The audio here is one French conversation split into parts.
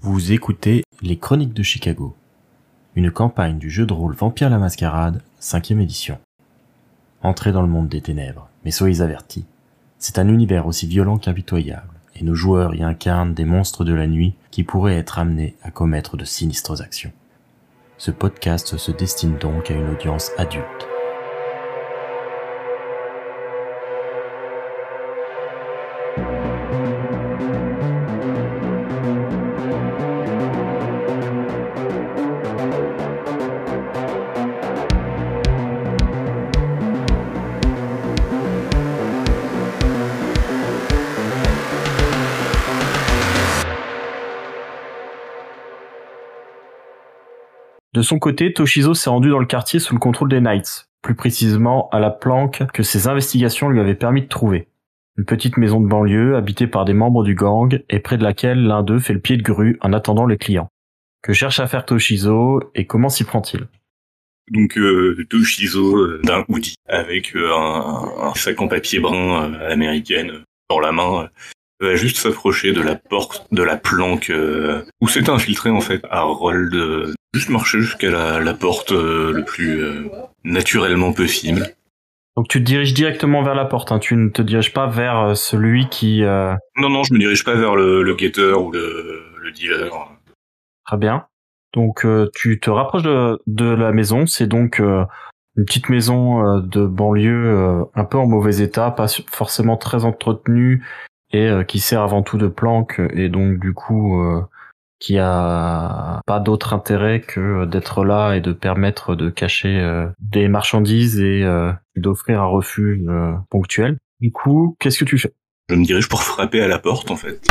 Vous écoutez Les Chroniques de Chicago, une campagne du jeu de rôle Vampire la Mascarade, 5e édition. Entrez dans le monde des ténèbres, mais soyez avertis. C'est un univers aussi violent qu'impitoyable, et nos joueurs y incarnent des monstres de la nuit qui pourraient être amenés à commettre de sinistres actions. Ce podcast se destine donc à une audience adulte. De son côté, Toshizo s'est rendu dans le quartier sous le contrôle des Knights, plus précisément à la planque que ses investigations lui avaient permis de trouver. Une petite maison de banlieue habitée par des membres du gang et près de laquelle l'un d'eux fait le pied de grue en attendant les clients. Que cherche à faire Toshizo et comment s'y prend-il ? Donc Toshizo d'un hoodie avec un sac en papier brun à l'américaine dans la main va juste s'approcher de la porte de la planque où s'est infiltré en fait Harold, juste marcher jusqu'à la porte le plus naturellement possible. Donc tu te diriges directement vers la porte, hein. Tu ne te diriges pas vers celui qui... Non, je me dirige pas vers le guetteur ou le dealer. Très bien. Donc tu te rapproches de la maison, c'est donc une petite maison de banlieue un peu en mauvais état, pas forcément très entretenue et qui sert avant tout de planque et donc du coup qui a pas d'autre intérêt que d'être là et de permettre de cacher des marchandises et d'offrir un refuge ponctuel. Du coup, qu'est-ce que tu fais ? Je me dirige pour frapper à la porte en fait.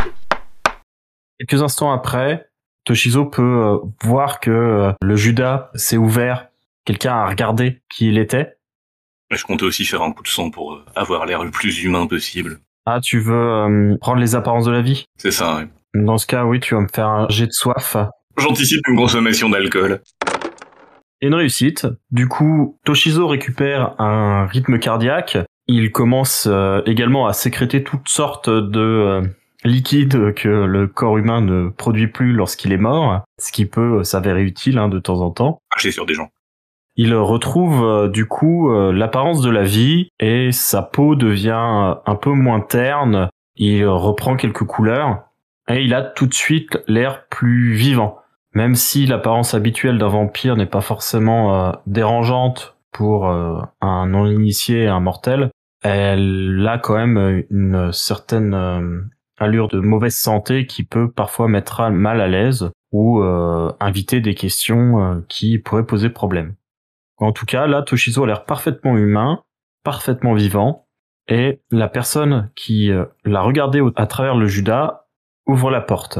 Quelques instants après, Toshizo peut voir que le Judas s'est ouvert. Quelqu'un a regardé qui il était. Je comptais aussi faire un coup de sang pour avoir l'air le plus humain possible. Ah, tu veux prendre les apparences de la vie ? C'est ça, ouais. Dans ce cas, oui, tu vas me faire un jet de soif. J'anticipe une consommation d'alcool. Et une réussite. Du coup, Toshizo récupère un rythme cardiaque. Il commence également à sécréter toutes sortes de liquides que le corps humain ne produit plus lorsqu'il est mort, ce qui peut s'avérer utile de temps en temps. Cracher sur des gens. Il retrouve du coup l'apparence de la vie et sa peau devient un peu moins terne. Il reprend quelques couleurs et il a tout de suite l'air plus vivant. Même si l'apparence habituelle d'un vampire n'est pas forcément dérangeante pour un non-initié, un mortel, elle a quand même une certaine allure de mauvaise santé qui peut parfois mettre mal à l'aise ou inviter des questions qui pourraient poser problème. En tout cas, là, Toshizo a l'air parfaitement humain, parfaitement vivant, et la personne qui l'a regardé à travers le Judas ouvre la porte.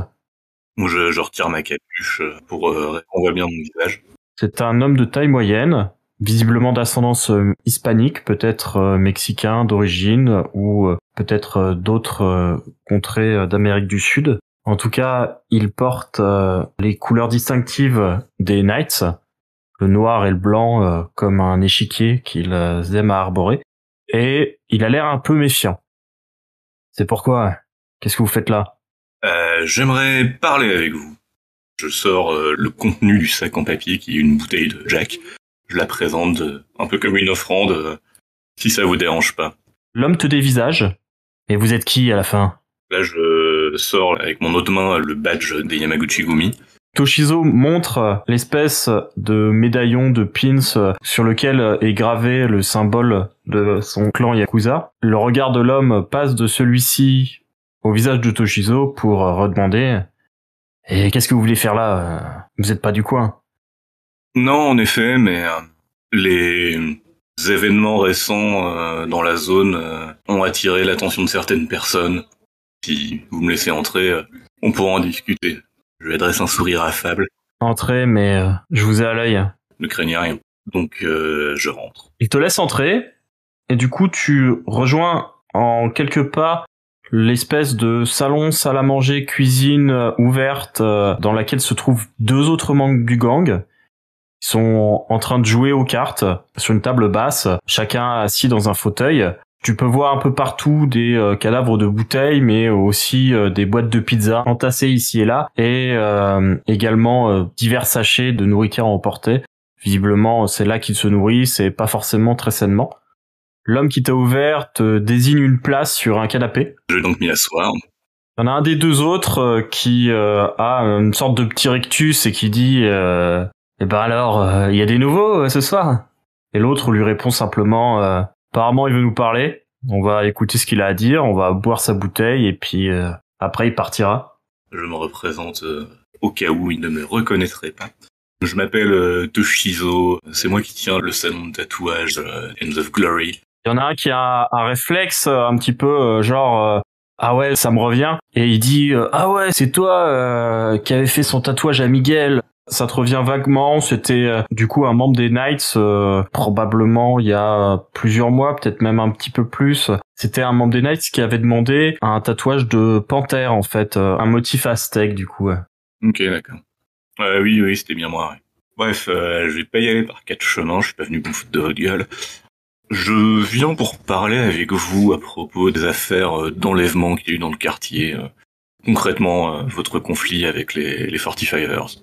Je retire ma capuche pour qu'on voit bien mon visage. C'est un homme de taille moyenne, visiblement d'ascendance hispanique, peut-être mexicain d'origine, ou peut-être d'autres contrées d'Amérique du Sud. En tout cas, il porte les couleurs distinctives des Knights, le noir et le blanc comme un échiquier qu'ils aiment à arborer, et il a l'air un peu méfiant. C'est pourquoi ? Qu'est-ce que vous faites là ? J'aimerais parler avec vous. Je sors le contenu du sac en papier qui est une bouteille de Jack. Je la présente un peu comme une offrande, si ça vous dérange pas. L'homme te dévisage. Et vous êtes qui à la fin ? Là, je sors avec mon autre main le badge des Yamaguchi-gumi. Toshizo montre l'espèce de médaillon de pins sur lequel est gravé le symbole de son clan Yakuza. Le regard de l'homme passe de celui-ci au visage de Toshizo pour redemander « Et qu'est-ce que vous voulez faire là ? Vous êtes pas du coin ?» Non, en effet, mais les événements récents dans la zone ont attiré l'attention de certaines personnes. Si vous me laissez entrer, on pourra en discuter. Je lui adresse un sourire affable. Entrez, mais je vous ai à l'œil. Ne craignez rien. Donc je rentre. Il te laisse entrer, et du coup tu rejoins en quelques pas l'espèce de salon, salle à manger, cuisine ouverte dans laquelle se trouvent deux autres membres du gang. Ils sont en train de jouer aux cartes sur une table basse, chacun assis dans un fauteuil. Tu peux voir un peu partout des cadavres de bouteilles, mais aussi des boîtes de pizza entassées ici et là, et également divers sachets de nourriture à emporter. Visiblement, c'est là qu'il se nourrit, c'est pas forcément très sainement. L'homme qui t'a ouvert te désigne une place sur un canapé. Je vais donc m'y asseoir. Il y en a un des deux autres qui a une sorte de petit rictus et qui dit eh ben alors, il y a des nouveaux ce soir. Et l'autre lui répond simplement apparemment il veut nous parler. On va écouter ce qu'il a à dire, on va boire sa bouteille et puis après il partira. Je me représente au cas où il ne me reconnaîtrait pas. Je m'appelle Toshizo, c'est moi qui tiens le salon de tatouage End of Glory. Il y en a un qui a un réflexe un petit peu genre ah ouais, ça me revient. Et il dit ah ouais, c'est toi qui avait fait son tatouage à Miguel. Ça te revient vaguement. C'était du coup un membre des Knights, probablement il y a plusieurs mois, peut-être même un petit peu plus. C'était un membre des Knights qui avait demandé un tatouage de panthère en fait, un motif aztèque du coup. Ok, d'accord. Oui, c'était bien moi. Ouais. Bref, je vais pas y aller par 4 chemins. Je suis pas venu me foutre de votre gueule. Je viens pour parler avec vous à propos des affaires d'enlèvement qu'il y a eu dans le quartier. Concrètement, votre conflit avec les 45ers.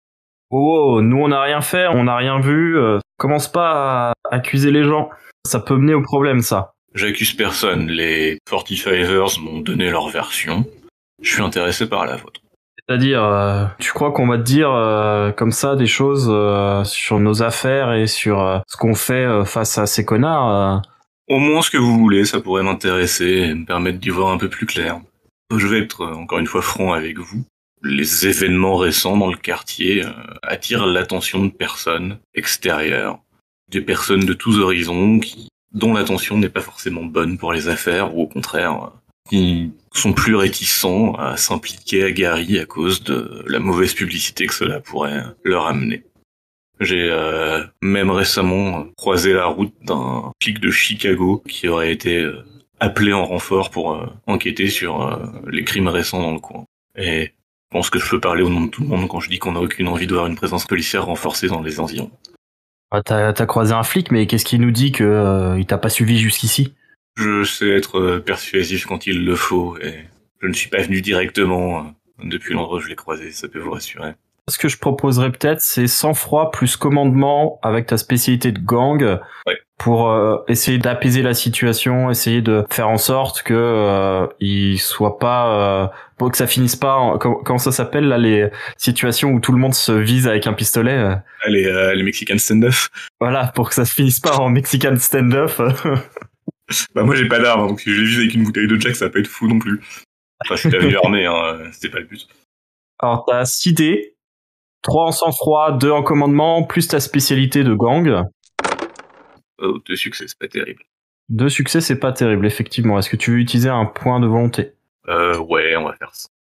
Oh, nous on n'a rien fait, on n'a rien vu. Commence pas à accuser les gens. Ça peut mener au problème, ça. J'accuse personne. Les 45ers m'ont donné leur version. Je suis intéressé par la vôtre. C'est-à-dire, tu crois qu'on va te dire comme ça des choses sur nos affaires et sur ce qu'on fait face à ces connards Au moins ce que vous voulez, ça pourrait m'intéresser et me permettre d'y voir un peu plus clair. Je vais être encore une fois franc avec vous. Les événements récents dans le quartier attirent l'attention de personnes extérieures, des personnes de tous horizons dont l'attention n'est pas forcément bonne pour les affaires ou au contraire qui sont plus réticents à s'impliquer à Gary à cause de la mauvaise publicité que cela pourrait leur amener. J'ai même récemment croisé la route d'un flic de Chicago qui aurait été appelé en renfort pour enquêter sur les crimes récents dans le coin. Et je pense que je peux parler au nom de tout le monde quand je dis qu'on n'a aucune envie de voir une présence policière renforcée dans les environs. Ah, t'as croisé un flic, mais qu'est-ce qui nous dit que il t'a pas suivi jusqu'ici ? Je sais être persuasif quand il le faut, et je ne suis pas venu directement depuis l'endroit où je l'ai croisé, ça peut vous rassurer. Ce que je proposerais peut-être, c'est sang-froid plus commandement avec ta spécialité de gang, ouais, pour essayer d'apaiser la situation, essayer de faire en sorte que il soit pas pour que ça finisse pas comment ça s'appelle là, les situations où tout le monde se vise avec un pistolet. Les Mexican stand-off. Voilà, pour que ça se finisse pas en Mexican stand-off. Bah moi j'ai pas d'arme, donc si je les vise avec une bouteille de Jack, ça va pas être fou non plus. Enfin, je suis pas venu armé, hein, c'était pas le but. Alors t'as 6 dés, 3 en sang-froid, 2 en commandement, plus ta spécialité de gang. Oh, 2 succès, c'est pas terrible. 2 succès, c'est pas terrible, effectivement. Est-ce que tu veux utiliser un point de volonté ? Ouais, on va faire ça.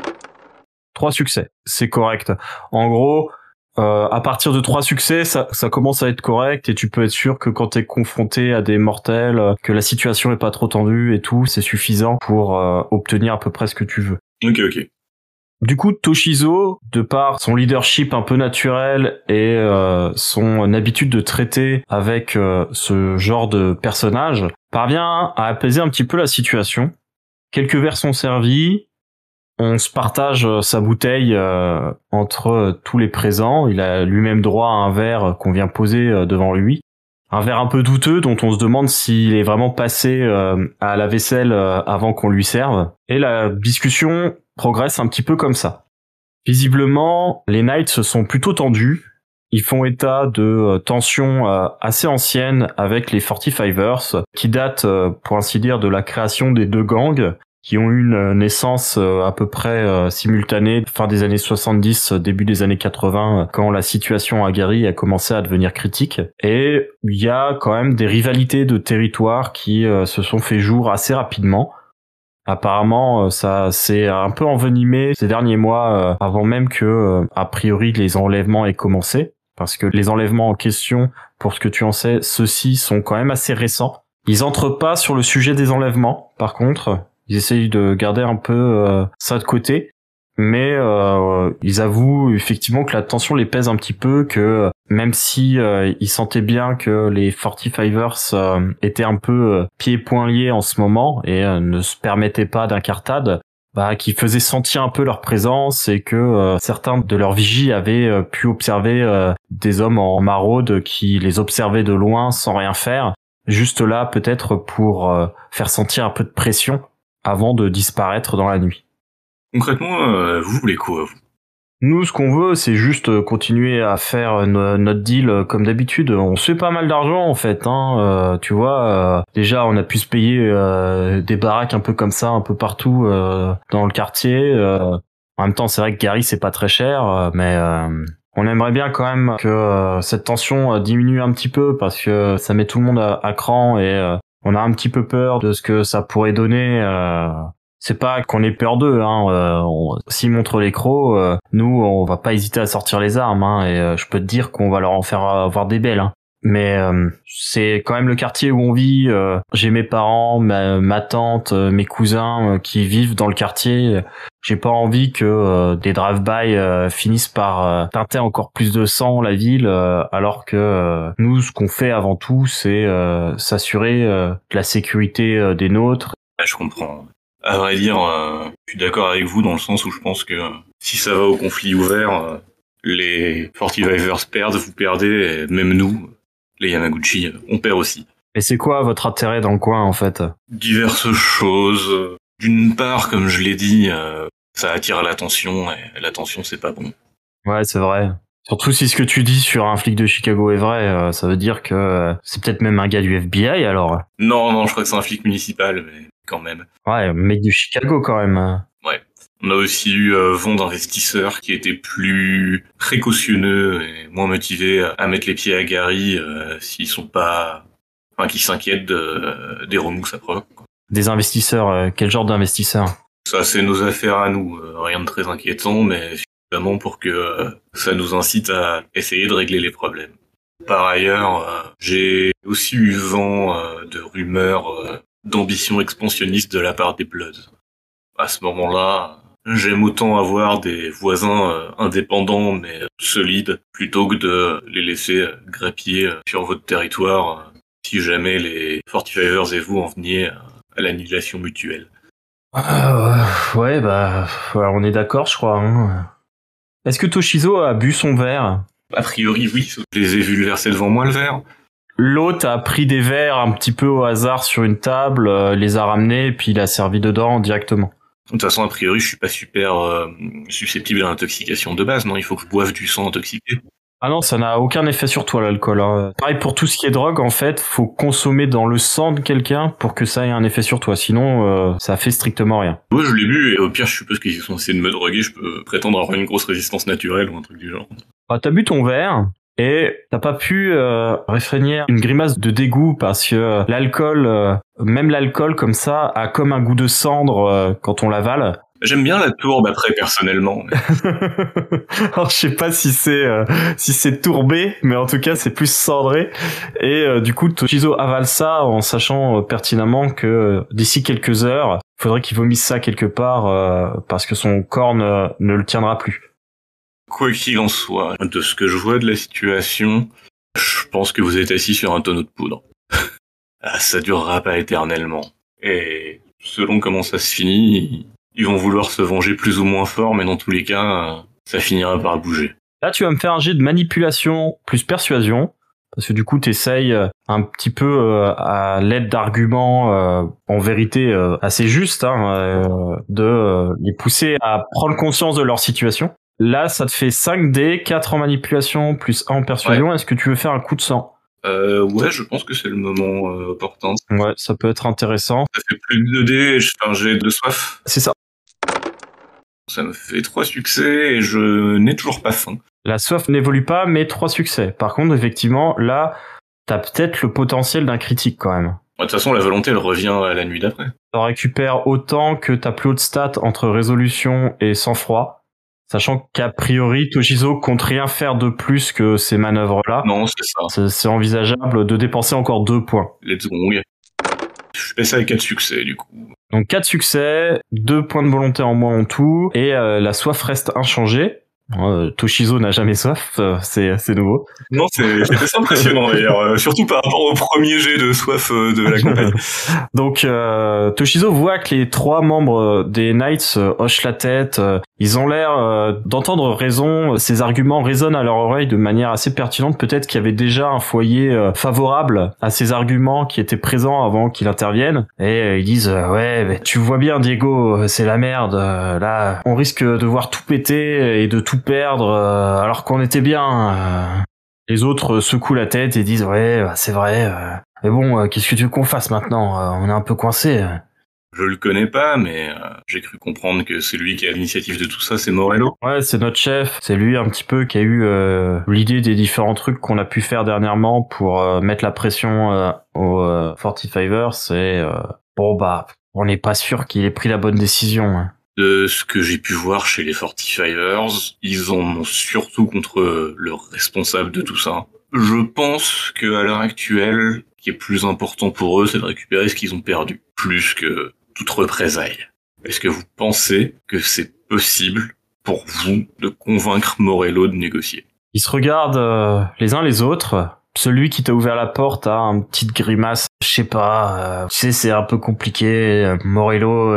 3 succès, c'est correct. En gros, à partir de 3 succès, ça commence à être correct et tu peux être sûr que quand t'es confronté à des mortels, que la situation est pas trop tendue et tout, c'est suffisant pour obtenir à peu près ce que tu veux. Ok. Du coup, Toshizo, de par son leadership un peu naturel et son habitude de traiter avec ce genre de personnage, parvient à apaiser un petit peu la situation. Quelques verres sont servis. On se partage sa bouteille entre tous les présents. Il a lui-même droit à un verre qu'on vient poser devant lui. Un verre un peu douteux dont on se demande s'il est vraiment passé à la vaisselle avant qu'on lui serve. Et la discussion progresse un petit peu comme ça. Visiblement, les Knights se sont plutôt tendus. Ils font état de tensions assez anciennes avec les 45ers, qui datent, pour ainsi dire, de la création des deux gangs, qui ont eu une naissance à peu près simultanée, fin des années 70, début des années 80, quand la situation à Gary a commencé à devenir critique. Et il y a quand même des rivalités de territoire qui se sont fait jour assez rapidement. Apparemment, ça s'est un peu envenimé ces derniers mois, avant même que, a priori, les enlèvements aient commencé. Parce que les enlèvements en question, pour ce que tu en sais, ceux-ci sont quand même assez récents. Ils entrent pas sur le sujet des enlèvements, par contre. Ils essayent de garder un peu ça de côté. Mais ils avouent effectivement que la tension les pèse un petit peu, que même si il sentait bien que les 45ers étaient un peu pieds et poings liés en ce moment et ne se permettaient pas d'incartade, qui faisait sentir un peu leur présence et que certains de leurs vigies avaient pu observer des hommes en maraude qui les observaient de loin sans rien faire, juste là peut-être pour faire sentir un peu de pression avant de disparaître dans la nuit. Concrètement, vous voulez quoi, vous ? Nous, ce qu'on veut, c'est juste continuer à faire notre deal comme d'habitude. On se fait pas mal d'argent, en fait, hein. Tu vois, déjà, on a pu se payer des baraques un peu comme ça, un peu partout dans le quartier. En même temps, c'est vrai que Gary, c'est pas très cher, mais on aimerait bien quand même que cette tension diminue un petit peu parce que ça met tout le monde à cran et on a un petit peu peur de ce que ça pourrait donner. C'est pas qu'on ait peur d'eux, hein. S'ils montrent les crocs, nous, on va pas hésiter à sortir les armes, hein. Et je peux te dire qu'on va leur en faire avoir des belles, hein. Mais c'est quand même le quartier où on vit. J'ai mes parents, ma tante, mes cousins qui vivent dans le quartier. J'ai pas envie que des drive-by finissent par teinter encore plus de sang la ville, alors que nous, ce qu'on fait avant tout, c'est s'assurer de la sécurité des nôtres. Je comprends. À vrai dire, je suis d'accord avec vous dans le sens où je pense que si ça va au conflit ouvert, les 45ers perdent, vous perdez, et même nous, les Yamaguchi, on perd aussi. Et c'est quoi votre intérêt dans le coin, en fait ? Diverses choses. D'une part, comme je l'ai dit, ça attire l'attention, et l'attention, c'est pas bon. Ouais, c'est vrai. Surtout si ce que tu dis sur un flic de Chicago est vrai, ça veut dire que c'est peut-être même un gars du FBI, alors. Non, je crois que c'est un flic municipal, mais quand même. Ouais, mec du Chicago, quand même. Ouais. On a aussi eu vent d'investisseurs qui étaient plus précautionneux et moins motivés à mettre les pieds à Gary s'ils sont pas... Enfin, qui s'inquiètent des remous que ça provoque, quoi. Des investisseurs, quel genre d'investisseurs ? Ça, c'est nos affaires à nous. Rien de très inquiétant, mais suffisamment pour que ça nous incite à essayer de régler les problèmes. Par ailleurs, j'ai aussi eu vent de rumeurs d'ambition expansionniste de la part des Bloods. À ce moment-là, j'aime autant avoir des voisins indépendants mais solides plutôt que de les laisser grappiller sur votre territoire si jamais les 45ers et vous en veniez à l'annihilation mutuelle. Ouais, on est d'accord, je crois, hein. Est-ce que Toshizo a bu son verre ? A priori, oui. Je les ai vus le verser devant moi, le verre. L'hôte a pris des verres un petit peu au hasard sur une table, les a ramenés, puis il a servi dedans directement. De toute façon, a priori, je suis pas super susceptible à l'intoxication de base, non ? Il faut que je boive du sang intoxiqué. Ah non, ça n'a aucun effet sur toi, l'alcool, hein. Pareil pour tout ce qui est drogue, en fait, faut consommer dans le sang de quelqu'un pour que ça ait un effet sur toi. Sinon, ça fait strictement rien. Ouais, je l'ai bu, et au pire, je suppose qu'ils sont essayés de me droguer, je peux prétendre avoir une grosse résistance naturelle ou un truc du genre. T'as bu ton verre, et t'as pas pu réfréner une grimace de dégoût parce que l'alcool, même l'alcool comme ça, a comme un goût de cendre quand on l'avale. J'aime bien la tourbe après, personnellement. Alors je sais pas si c'est tourbé, mais en tout cas c'est plus cendré. Et du coup Toshizo avale ça en sachant pertinemment que d'ici quelques heures, il faudrait qu'il vomisse ça quelque part parce que son corps ne le tiendra plus. Quoi qu'il en soit, de ce que je vois de la situation, je pense que vous êtes assis sur un tonneau de poudre. Ça durera pas éternellement. Et selon comment ça se finit, ils vont vouloir se venger plus ou moins fort, mais dans tous les cas, ça finira par bouger. Là, tu vas me faire un jet de manipulation plus persuasion, parce que du coup, t'essayes un petit peu à l'aide d'arguments en vérité assez justes, de les pousser à prendre conscience de leur situation. Là, ça te fait 5 dés, 4 en manipulation, plus 1 en persuasion. Ouais. Est-ce que tu veux faire un coup de sang ? Ouais, je pense que c'est le moment opportun. Ouais, ça peut être intéressant. Ça fait plus de 2 dés et je fais un jet de soif. C'est ça. Ça me fait 3 succès et je n'ai toujours pas faim. La soif n'évolue pas, mais 3 succès. Par contre, effectivement, là, t'as peut-être le potentiel d'un critique quand même. De toute façon, la volonté, elle revient à la nuit d'après. Tu récupères autant que ta plus haute stat entre résolution et sang-froid. Sachant qu'a priori, Toshizo compte rien faire de plus que ces manœuvres-là. Non, c'est ça. C'est envisageable de dépenser encore 2 points. Let's go. Je fais ça avec 4 succès, du coup. Donc 4 succès, 2 points de volonté en moins en tout, et la soif reste inchangée. Toshizo n'a jamais soif, c'est nouveau. Non, c'était impressionnant d'ailleurs, surtout par rapport au premier jet de soif de la campagne. Donc Toshizo voit que les 3 membres des Knights hochent la tête, ils ont l'air d'entendre raison, ces arguments résonnent à leur oreille de manière assez pertinente, peut-être qu'il y avait déjà un foyer favorable à ces arguments qui étaient présents avant qu'il intervienne, et ils disent ouais, mais tu vois bien Diego, c'est la merde, là on risque de voir tout péter et de tout perdre alors qu'on était bien. Les autres secouent la tête et disent ouais, bah, c'est vrai, mais bon, qu'est-ce que tu veux qu'on fasse maintenant, on est un peu coincé. Je le connais pas, mais j'ai cru comprendre que celui qui a l'initiative de tout ça, c'est Morello. Ouais, c'est notre chef, c'est lui un petit peu qui a eu l'idée des différents trucs qu'on a pu faire dernièrement pour mettre la pression aux 45ers et bon bah on n'est pas sûr qu'il ait pris la bonne décision. Hein. De ce que j'ai pu voir chez les 45ers, ils en ont surtout contre leur responsable de tout ça. Je pense que à l'heure actuelle, ce qui est plus important pour eux, c'est de récupérer ce qu'ils ont perdu, plus que toute représaille. Est-ce que vous pensez que c'est possible pour vous de convaincre Morello de négocier? Ils se regardent les uns les autres. Celui qui t'a ouvert la porte a une petite grimace. Je sais pas, tu sais, c'est un peu compliqué. Morello,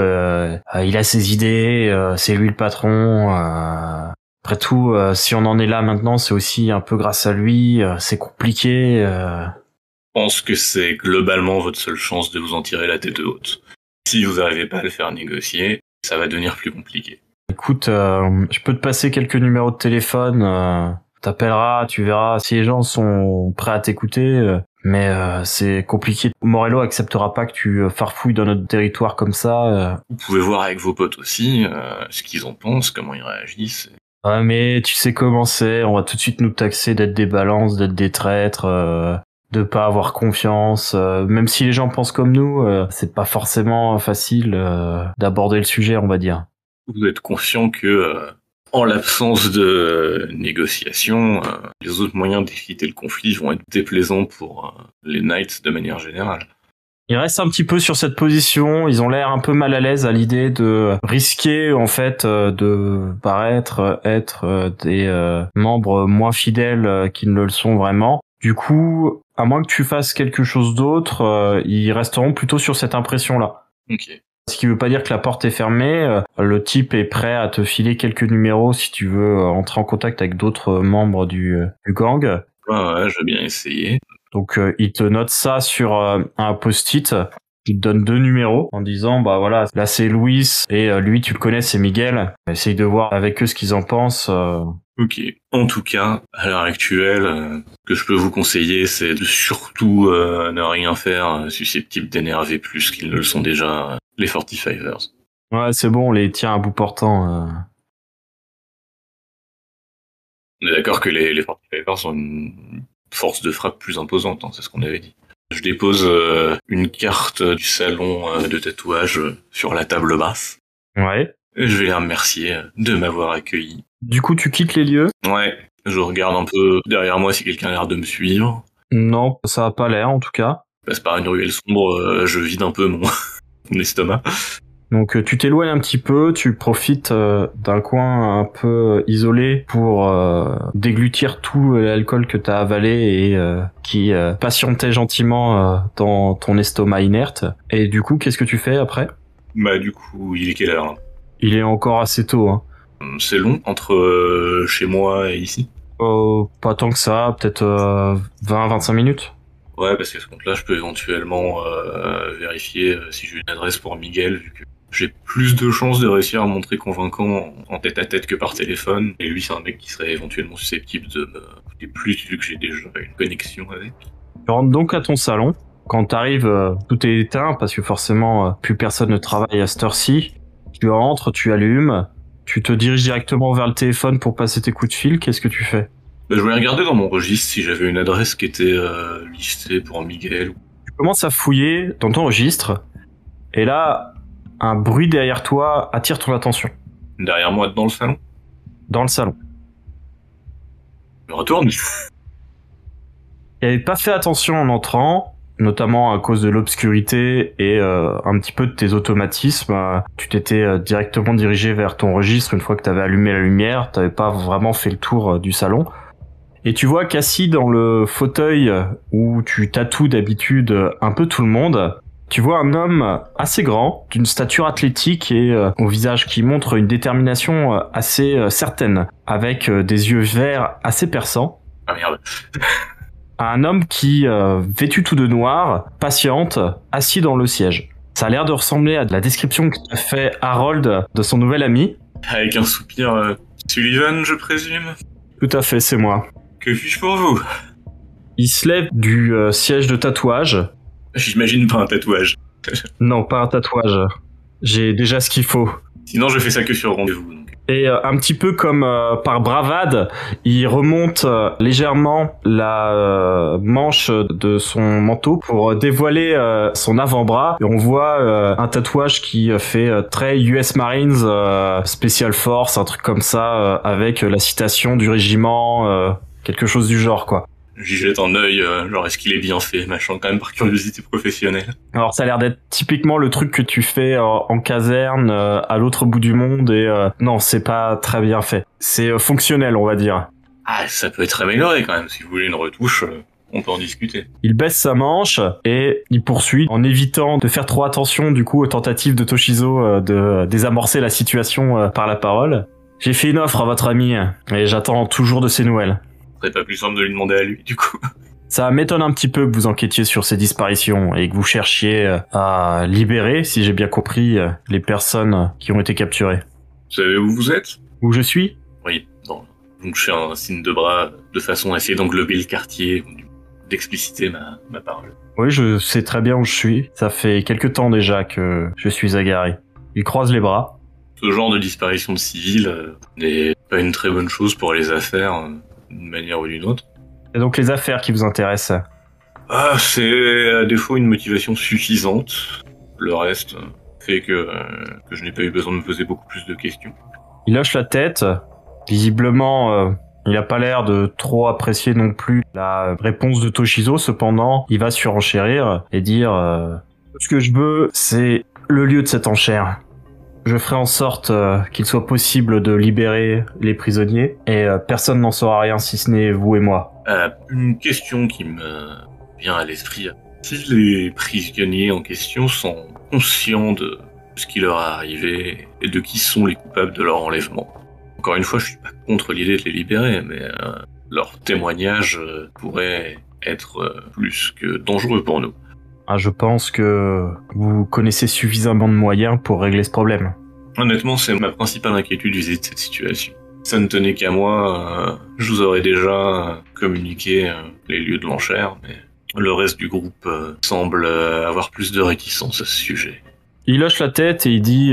il a ses idées, c'est lui le patron. Après tout, si on en est là maintenant, c'est aussi un peu grâce à lui. C'est compliqué. Je pense que c'est globalement votre seule chance de vous en tirer la tête haute. Si vous n'arrivez pas à le faire négocier, ça va devenir plus compliqué. Écoute, je peux te passer quelques numéros de téléphone. T'appelleras, tu verras si les gens sont prêts à t'écouter, mais c'est compliqué. Morello acceptera pas que tu farfouilles dans notre territoire comme ça. Vous pouvez voir avec vos potes aussi ce qu'ils en pensent, comment ils réagissent. Ouais, mais tu sais comment c'est, on va tout de suite nous taxer d'être des balances, d'être des traîtres, de pas avoir confiance. Même si les gens pensent comme nous, c'est pas forcément facile d'aborder le sujet, on va dire. Vous êtes conscient que en l'absence de négociation, les autres moyens d'éviter le conflit vont être déplaisants pour les Knights de manière générale. Ils restent un petit peu sur cette position, ils ont l'air un peu mal à l'aise à l'idée de risquer en fait de paraître être des membres moins fidèles qu'ils ne le sont vraiment. Du coup, à moins que tu fasses quelque chose d'autre, ils resteront plutôt sur cette impression-là. Ok. Ce qui veut pas dire que la porte est fermée, le type est prêt à te filer quelques numéros si tu veux entrer en contact avec d'autres membres du gang. Ouais, je veux bien essayer. Donc il te note ça sur un post-it, il te donne 2 numéros en disant bah voilà, là c'est Luis et lui tu le connais, c'est Miguel. Essaye de voir avec eux ce qu'ils en pensent. Ok. En tout cas, à l'heure actuelle, ce que je peux vous conseiller, c'est de surtout ne rien faire susceptible d'énerver plus qu'ils ne le sont déjà les 45ers. Ouais, c'est bon, on les tient à bout portant. On est d'accord que les 45ers ont une force de frappe plus imposante, hein, c'est ce qu'on avait dit. Je dépose une carte du salon de tatouage sur la table basse. Ouais. Et je vais les remercier de m'avoir accueilli. Du coup, tu quittes les lieux? Ouais, je regarde un peu derrière moi si quelqu'un a l'air de me suivre. Non, ça a pas l'air en tout cas. Je passe par une ruelle sombre, je vide un peu mon estomac. Donc tu t'éloignes un petit peu, tu profites d'un coin un peu isolé pour déglutir tout l'alcool que t'as avalé et qui patientait gentiment dans ton estomac inerte. Et du coup, qu'est-ce que tu fais après? Bah du coup, il est quelle heure? Il est encore assez tôt, hein. C'est long entre chez moi et ici? Pas tant que ça, peut-être 20-25 minutes. Ouais, parce qu'à ce compte-là, je peux éventuellement vérifier si j'ai une adresse pour Miguel, vu que j'ai plus de chances de réussir à me montrer convaincant en tête-à-tête que par téléphone. Et lui, c'est un mec qui serait éventuellement susceptible de me coûter plus, vu que j'ai déjà une connexion avec. Tu rentres donc à ton salon. Quand t'arrives, tout est éteint, parce que forcément, plus personne ne travaille à cette heure-ci. Tu rentres, tu allumes, tu te diriges directement vers le téléphone pour passer tes coups de fil. Qu'est-ce que tu fais? Bah, je voulais regarder dans mon registre si j'avais une adresse qui était listée pour Miguel. Tu commences à fouiller dans ton registre, et là, un bruit derrière toi attire ton attention. Derrière moi, dans le salon? Dans le salon. Je me retourne. Il avait pas fait attention en entrant, notamment à cause de l'obscurité et un petit peu de tes automatismes. Tu t'étais directement dirigé vers ton registre une fois que t'avais allumé la lumière, t'avais pas vraiment fait le tour du salon. Et tu vois qu'assis dans le fauteuil où tu tatoues d'habitude un peu tout le monde, tu vois un homme assez grand, d'une stature athlétique et au visage qui montre une détermination assez certaine, avec des yeux verts assez perçants. Ah merde. Un homme qui, vêtu tout de noir, patiente, assis dans le siège. Ça a l'air de ressembler à la description qu'a fait Harold de son nouvel ami. Avec un soupir, Sullivan, je présume. Tout à fait, c'est moi. Que puis-je pour vous? Il se lève du siège de tatouage. J'imagine pas un tatouage. Non, pas un tatouage. J'ai déjà ce qu'il faut. Sinon, je fais ça que sur rendez-vous. Donc. Et un petit peu comme par bravade, il remonte légèrement la manche de son manteau pour dévoiler son avant-bras. Et on voit un tatouage qui fait très US Marines, Special Force, un truc comme ça, avec la citation du régiment, quelque chose du genre, quoi. J'y jette un œil, genre est-ce qu'il est bien fait, machin, quand même par curiosité professionnelle. Alors ça a l'air d'être typiquement le truc que tu fais en caserne à l'autre bout du monde et non, c'est pas très bien fait. C'est fonctionnel, on va dire. Ah, ça peut être amélioré quand même, si vous voulez une retouche, on peut en discuter. Il baisse sa manche et il poursuit en évitant de faire trop attention du coup aux tentatives de Toshizo de désamorcer la situation par la parole. J'ai fait une offre à votre ami et j'attends toujours de ses nouvelles. Ce serait pas plus simple de lui demander à lui, du coup. Ça m'étonne un petit peu que vous enquêtiez sur ces disparitions et que vous cherchiez à libérer, si j'ai bien compris, les personnes qui ont été capturées. Vous savez où vous êtes? Où je suis? Oui, non. Donc je fais un signe de bras de façon à essayer d'englober le quartier, d'expliciter ma parole. Oui, je sais très bien où je suis. Ça fait quelque temps déjà que je suis agarré. Il croise les bras. Ce genre de disparition de civils n'est pas une très bonne chose pour les affaires, d'une manière ou d'une autre. C'est donc les affaires qui vous intéressent? Ah, c'est à défaut une motivation suffisante. Le reste fait que je n'ai pas eu besoin de me poser beaucoup plus de questions. Il hoche la tête. Visiblement, il a pas l'air de trop apprécier non plus la réponse de Toshizo. Cependant, il va surenchérir et dire ce que je veux, c'est le lieu de cette enchère. Je ferai en sorte qu'il soit possible de libérer les prisonniers et personne n'en saura rien si ce n'est vous et moi. Une question qui me vient à l'esprit. Si les prisonniers en question sont conscients de ce qui leur est arrivé et de qui sont les coupables de leur enlèvement. Encore une fois, je suis pas contre l'idée de les libérer, mais leur témoignage pourrait être plus que dangereux pour nous. Ah, je pense que vous connaissez suffisamment de moyens pour régler ce problème. Honnêtement, c'est ma principale inquiétude vis-à-vis de cette situation. Si ça ne tenait qu'à moi, je vous aurais déjà communiqué les lieux de l'enchère, mais le reste du groupe semble avoir plus de réticence à ce sujet. Il hoche la tête et il dit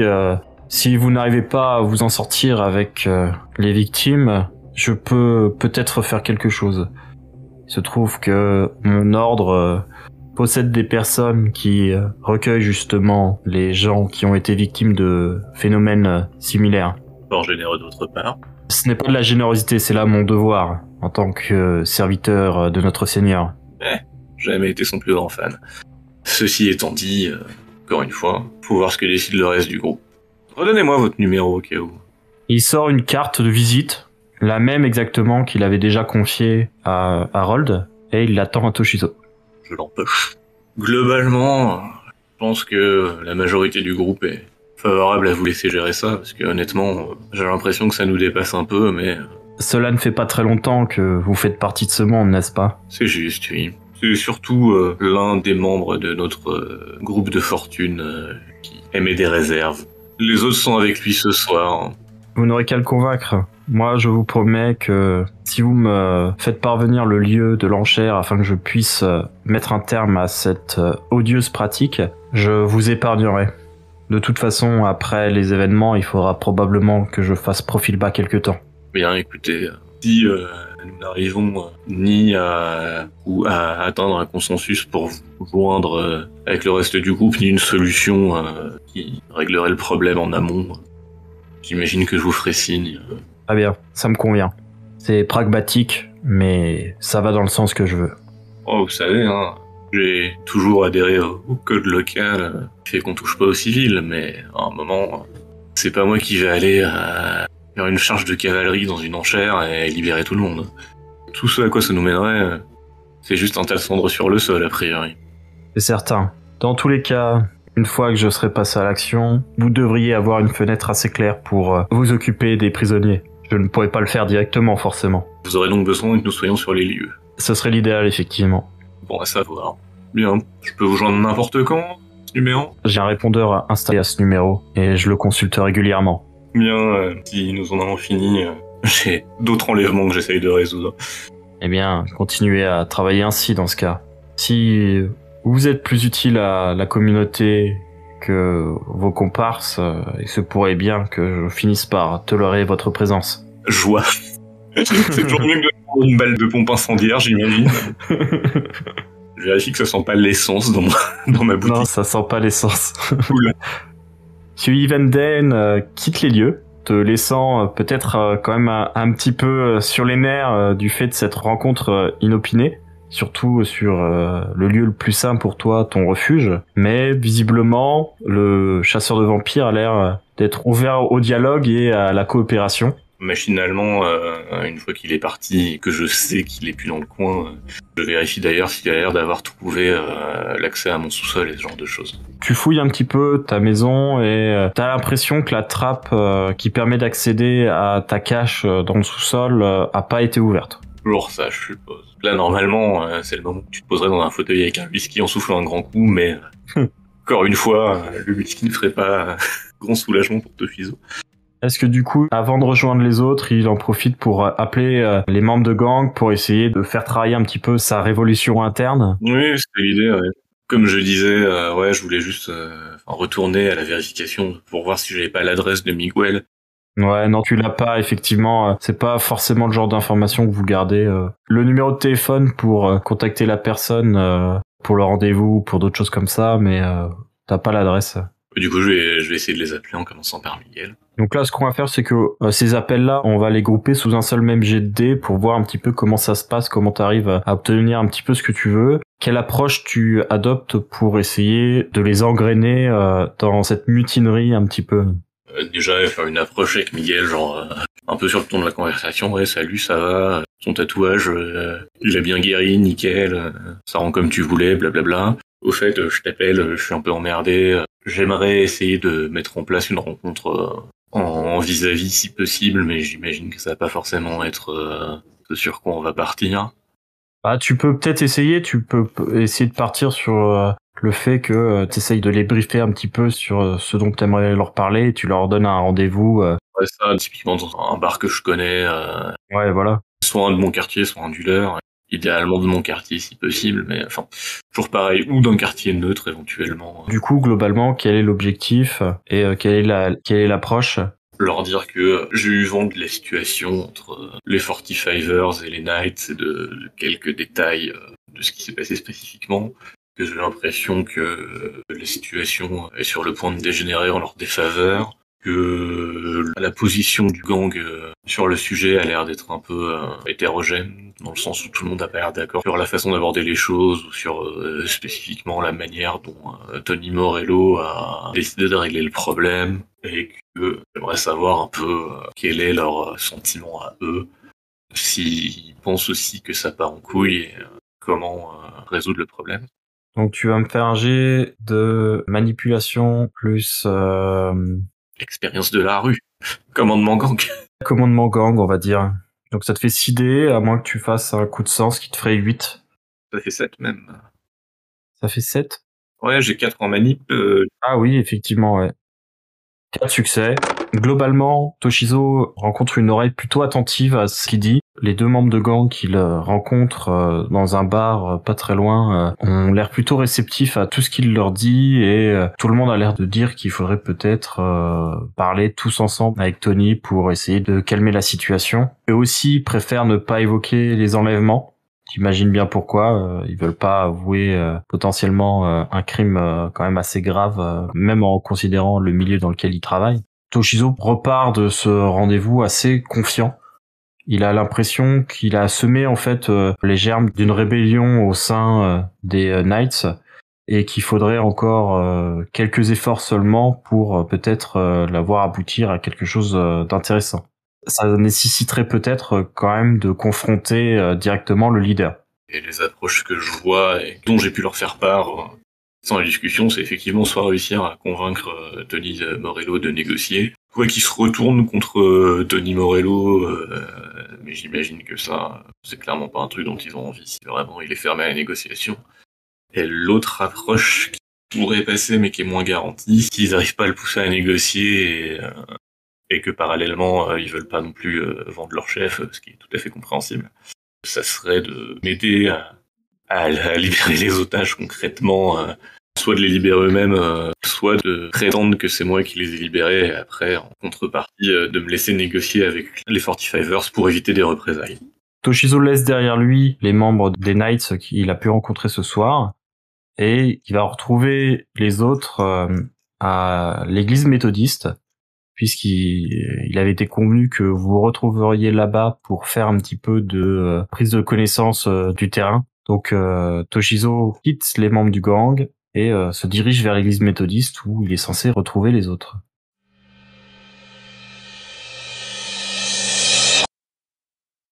si vous n'arrivez pas à vous en sortir avec les victimes, je peux peut-être faire quelque chose. Il se trouve que mon ordre possède des personnes qui recueillent justement les gens qui ont été victimes de phénomènes similaires. Fort généreux d'autre part. Ce n'est pas de la générosité, c'est là mon devoir en tant que serviteur de notre Seigneur. Jamais été son plus grand fan. Ceci étant dit, encore une fois, faut voir ce que décide le reste du groupe. Redonnez-moi votre numéro au cas où. Il sort une carte de visite, la même exactement qu'il avait déjà confiée à Harold, et il l'attend à Toshizo. Je l'empoche. Globalement, je pense que la majorité du groupe est favorable à vous laisser gérer ça, parce que honnêtement, j'ai l'impression que ça nous dépasse un peu, mais... Cela ne fait pas très longtemps que vous faites partie de ce monde, n'est-ce pas? C'est juste, oui. C'est surtout l'un des membres de notre groupe de fortune qui émet des réserves. Les autres sont avec lui ce soir. Vous n'aurez qu'à le convaincre. Moi, je vous promets que si vous me faites parvenir le lieu de l'enchère afin que je puisse mettre un terme à cette odieuse pratique, je vous épargnerai. De toute façon, après les événements, il faudra probablement que je fasse profil bas quelque temps. Bien, écoutez, si nous n'arrivons ni à atteindre un consensus pour vous joindre avec le reste du groupe, ni une solution qui réglerait le problème en amont, j'imagine que je vous ferai signe. Très bien, ça me convient. C'est pragmatique, mais ça va dans le sens que je veux. Oh, vous savez, hein, J'ai toujours adhéré au code local, qui fait qu'on touche pas aux civils, mais à un moment, c'est pas moi qui vais aller faire une charge de cavalerie dans une enchère et libérer tout le monde. Tout ce à quoi ça nous mènerait, c'est juste un tas de cendres sur le sol, a priori. C'est certain. Dans tous les cas, une fois que je serai passé à l'action, vous devriez avoir une fenêtre assez claire pour vous occuper des prisonniers. Je ne pourrais pas le faire directement, forcément. Vous aurez donc besoin que nous soyons sur les lieux. Ce serait l'idéal, effectivement. Bon, à savoir. Bien, je peux vous joindre n'importe quand, ce numéro? J'ai un répondeur installé à ce numéro, et je le consulte régulièrement. Bien, si nous en avons fini, j'ai d'autres enlèvements que j'essaye de résoudre. Eh bien, continuez à travailler ainsi dans ce cas. Si vous êtes plus utile à la communauté que vos comparses, il se pourrait bien que je finisse par tolérer votre présence. Joie. C'est toujours mieux que de prendre une balle de pompe incendiaire, j'imagine. Je vérifie que ça sent pas l'essence dans ma boutique. Non, ça sent pas l'essence. Cool. Monsieur Yvenden quitte les lieux, te laissant peut-être quand même un petit peu sur les nerfs du fait de cette rencontre inopinée, surtout sur le lieu le plus simple pour toi, ton refuge. Mais visiblement, le chasseur de vampires a l'air d'être ouvert au dialogue et à la coopération. Machinalement, une fois qu'il est parti et que je sais qu'il est plus dans le coin, je vérifie d'ailleurs s'il a l'air d'avoir trouvé l'accès à mon sous-sol et ce genre de choses. Tu fouilles un petit peu ta maison et t'as l'impression que la trappe qui permet d'accéder à ta cache dans le sous-sol a pas été ouverte. Toujours ça, je suppose. Là, normalement, c'est le moment où tu te poserais dans un fauteuil avec un whisky en soufflant un grand coup, mais encore une fois, le whisky ne ferait pas grand soulagement pour Tofizo. Est-ce que du coup, avant de rejoindre les autres, il en profite pour appeler les membres de gang pour essayer de faire travailler un petit peu sa révolution interne? Oui, c'était l'idée, ouais. Comme je disais, ouais, je voulais juste retourner à la vérification pour voir si j'avais pas l'adresse de Miguel. Ouais, non, tu l'as pas, effectivement. C'est pas forcément le genre d'information que vous gardez. Le numéro de téléphone pour contacter la personne pour le rendez-vous ou pour d'autres choses comme ça, mais t'as pas l'adresse. Du coup, je vais essayer de les appeler en commençant par Miguel. Donc là, ce qu'on va faire, c'est que ces appels-là, on va les grouper sous un seul même jet de dés pour voir un petit peu comment ça se passe, comment t'arrives à obtenir un petit peu ce que tu veux. Quelle approche tu adoptes pour essayer de les engrainer dans cette mutinerie un petit peu? Déjà, faire une approche avec Miguel, genre un peu sur le ton de la conversation. Ouais, salut, ça va? Son tatouage, il a bien guéri, nickel. Ça rend comme tu voulais, blablabla. Au fait, je t'appelle, je suis un peu emmerdé. J'aimerais essayer de mettre en place une rencontre en vis-à-vis si possible, mais j'imagine que ça va pas forcément être ce sur quoi on va partir. Ah, tu peux peut-être essayer, tu peux essayer de partir sur le fait que t'essayes de les briefer un petit peu sur ce dont t'aimerais leur parler et tu leur donnes un rendez-vous. Ouais, ça, typiquement dans un bar que je connais, Ouais, voilà. soit un de mon quartier, soit un du leur. Idéalement de mon quartier si possible, mais enfin, toujours pareil, ou d'un quartier neutre éventuellement. Du coup, globalement, quel est l'objectif et quelle est l'approche? Leur dire que j'ai eu vent de la situation entre les 45ers et les Knights et de quelques détails de ce qui s'est passé spécifiquement, que j'ai l'impression que la situation est sur le point de dégénérer en leur défaveur, que la position du gang sur le sujet a l'air d'être un peu hétérogène, dans le sens où tout le monde a pas l'air d'accord sur la façon d'aborder les choses ou sur spécifiquement la manière dont Tony Morello a décidé de régler le problème, et que j'aimerais savoir un peu quel est leur sentiment à eux, s'ils pensent aussi que ça part en couille et comment résoudre le problème. Donc tu vas me faire un jet de manipulation plus Expérience de la rue. Commandement gang. commandement gang, on va dire. Donc ça te fait 6 dés, à moins que tu fasses un coup de sens qui te ferait 8. Ça fait 7 même. Ça fait 7? Ouais, j'ai 4 en manip. Ah oui, effectivement, ouais. 4 succès. Globalement, Toshizo rencontre une oreille plutôt attentive à ce qu'il dit. Les deux membres de gang qu'il rencontre dans un bar pas très loin ont l'air plutôt réceptifs à tout ce qu'il leur dit et tout le monde a l'air de dire qu'il faudrait peut-être parler tous ensemble avec Tony pour essayer de calmer la situation. Eux aussi préfèrent ne pas évoquer les enlèvements. T'imagines bien pourquoi, ils veulent pas avouer potentiellement un crime quand même assez grave, même en considérant le milieu dans lequel ils travaillent. Toshizo repart de ce rendez-vous assez confiant. Il a l'impression qu'il a semé en fait les germes d'une rébellion au sein des Knights et qu'il faudrait encore quelques efforts seulement pour peut-être la voir aboutir à quelque chose d'intéressant. Ça nécessiterait peut-être quand même de confronter directement le leader. Et les approches que je vois et dont j'ai pu leur faire part sans la discussion, c'est effectivement soit réussir à convaincre Tony Morello de négocier, soit qu'il se retourne contre Tony Morello, mais j'imagine que ça, c'est clairement pas un truc dont ils ont envie, si vraiment il est fermé à la négociation. Et l'autre approche qui pourrait passer, mais qui est moins garantie, s'ils n'arrivent pas à le pousser à négocier et que parallèlement, ils veulent pas non plus vendre leur chef, ce qui est tout à fait compréhensible, ça serait de m'aider à libérer les otages concrètement, soit de les libérer eux-mêmes, soit de prétendre que c'est moi qui les ai libérés, et après, en contrepartie, de me laisser négocier avec les 45ers pour éviter des représailles. Toshizo laisse derrière lui les membres des Knights qu'il a pu rencontrer ce soir, et il va retrouver les autres à l'église méthodiste, puisqu'il avait été convenu que vous vous retrouveriez là-bas pour faire un petit peu de prise de connaissance du terrain. Donc Toshizo quitte les membres du gang et se dirige vers l'église méthodiste où il est censé retrouver les autres.